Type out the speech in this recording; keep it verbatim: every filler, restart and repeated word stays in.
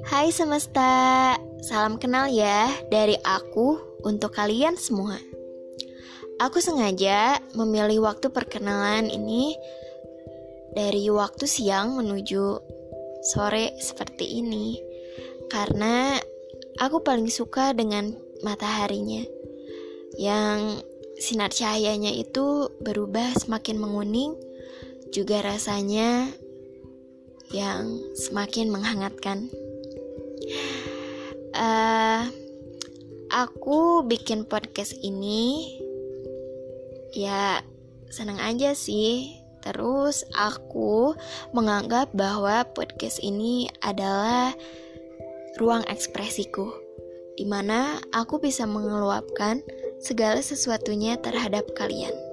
Hai semesta, salam kenal ya dari aku untuk kalian semua. Aku sengaja memilih waktu perkenalan ini dari waktu siang menuju sore seperti ini, karena aku paling suka dengan mataharinya yang sinar cahayanya itu berubah semakin menguning, juga rasanya yang semakin menghangatkan. Uh, aku bikin podcast ini ya senang aja sih. Terus aku menganggap bahwa podcast ini adalah ruang ekspresiku, di mana aku bisa mengeluapkan segala sesuatunya terhadap kalian.